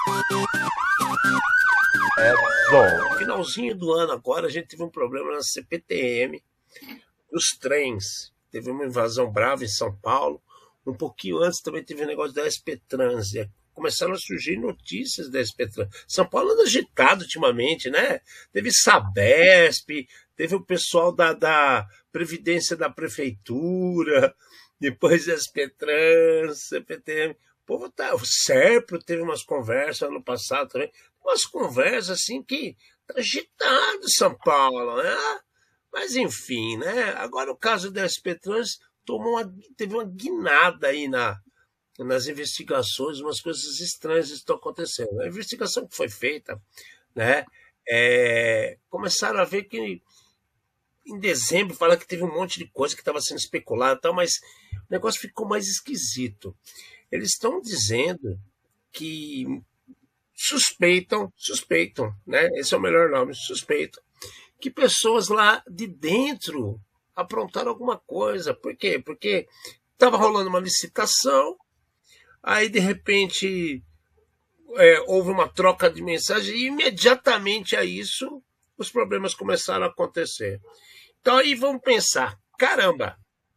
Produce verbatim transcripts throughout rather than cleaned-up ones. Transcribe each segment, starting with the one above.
Edson. Finalzinho do ano agora, a gente teve um problema na C P T M, os trens. Teve uma invasão brava em São Paulo. Um pouquinho antes também teve um negócio da S P Trans. Começaram a surgir notícias da S P Trans. São Paulo anda agitado ultimamente, né? Teve Sabesp, teve o pessoal da, da Previdência da Prefeitura, depois S P Trans, C P T M. O povo tá. O Serpro teve umas conversas ano passado também. Umas conversas assim que tá agitado São Paulo, né? Mas enfim, né? Agora o caso da S P Trans tomou uma, teve uma guinada aí na, nas investigações, umas coisas estranhas estão acontecendo. A investigação que foi feita, né? É, começaram a ver que em dezembro fala que teve um monte de coisa que estava sendo especulada e tal, mas o negócio ficou mais esquisito. Eles estão dizendo que suspeitam, suspeitam, né? Esse é o melhor nome, suspeitam, que pessoas lá de dentro aprontaram alguma coisa. Por quê? Porque estava rolando uma licitação, aí de repente é, houve uma troca de mensagem e imediatamente a isso os problemas começaram a acontecer. Então aí vamos pensar, caramba,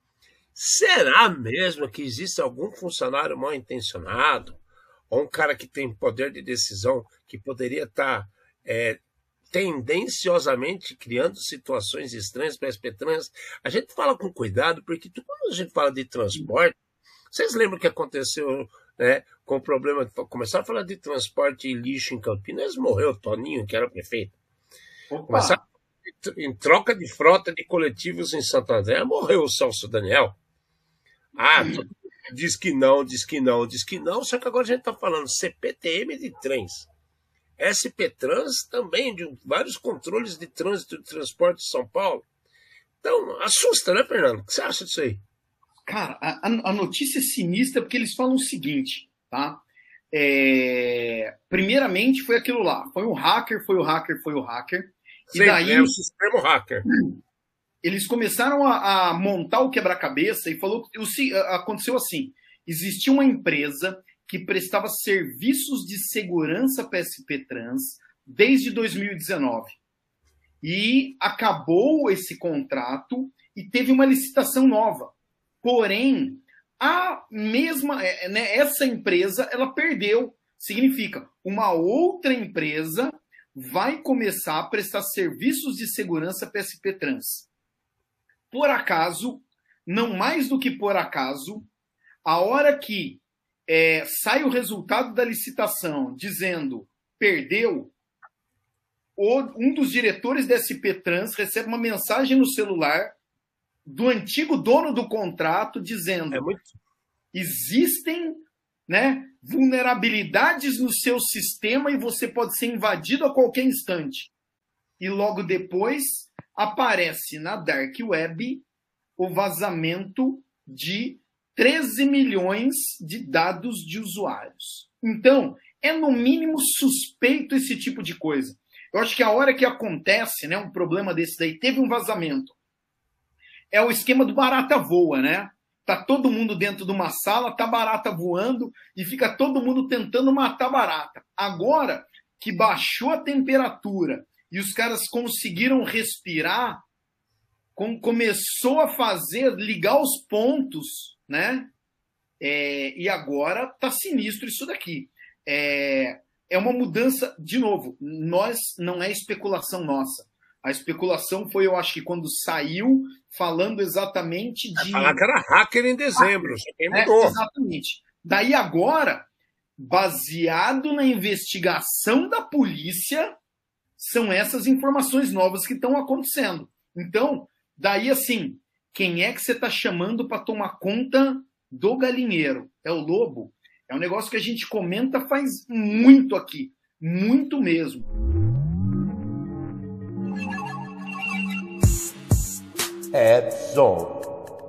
será mesmo que existe algum funcionário mal intencionado ou um cara que tem poder de decisão que poderia estar é, tendenciosamente criando situações estranhas para as S P Trans? A gente fala com cuidado, porque quando a gente fala de transporte, vocês lembram o que aconteceu, né, com o problema de começar a falar de transporte e lixo em Campinas? Morreu o Toninho, que era prefeito. Começar em troca de frota de coletivos em Santo André, morreu o Celso Daniel. Ah, todo mundo diz que não, diz que não, diz que não, só que agora a gente está falando C P T M de trens. S P Trans também, de vários controles de trânsito de transporte de São Paulo. Então, assusta, né, Fernando? O que você acha disso aí? Cara, a, a notícia é sinistra porque eles falam o seguinte, tá? É... Primeiramente foi aquilo lá, foi um hacker, foi o hacker, foi o hacker. Sempre, e daí é o sistema hacker. Eles começaram a, a montar o quebra-cabeça e falou que o, aconteceu assim, existia uma empresa que prestava serviços de segurança para a S P Trans desde dois mil e dezenove. E acabou esse contrato e teve uma licitação nova. Porém, a mesma, né, essa empresa ela perdeu. Significa, uma outra empresa vai começar a prestar serviços de segurança para a S P Trans. Por acaso, não mais do que por acaso, a hora que É, sai o resultado da licitação dizendo perdeu, o, um dos diretores da S P Trans recebe uma mensagem no celular do antigo dono do contrato dizendo é muito... existem, né, vulnerabilidades no seu sistema e você pode ser invadido a qualquer instante. E logo depois aparece na Dark Web o vazamento de treze milhões de dados de usuários. Então, é no mínimo suspeito esse tipo de coisa. Eu acho que a hora que acontece, né, um problema desse daí, teve um vazamento. É o esquema do barata voa, né? Tá todo mundo dentro de uma sala, tá barata voando e fica todo mundo tentando matar barata. Agora que baixou a temperatura e os caras conseguiram respirar, com, começou a fazer, ligar os pontos, né? É, e agora tá sinistro isso daqui. É, é uma mudança, de novo, nós não é especulação nossa. A especulação foi, eu acho que quando saiu, falando exatamente de... Falar que era hacker em dezembro, hacker, quem né? mudou. Exatamente. Daí agora, baseado na investigação da polícia, são essas informações novas que estão acontecendo. Então, daí assim... Quem é que você está chamando para tomar conta do galinheiro? É o lobo? É um negócio que a gente comenta faz muito aqui. Muito mesmo. Edson.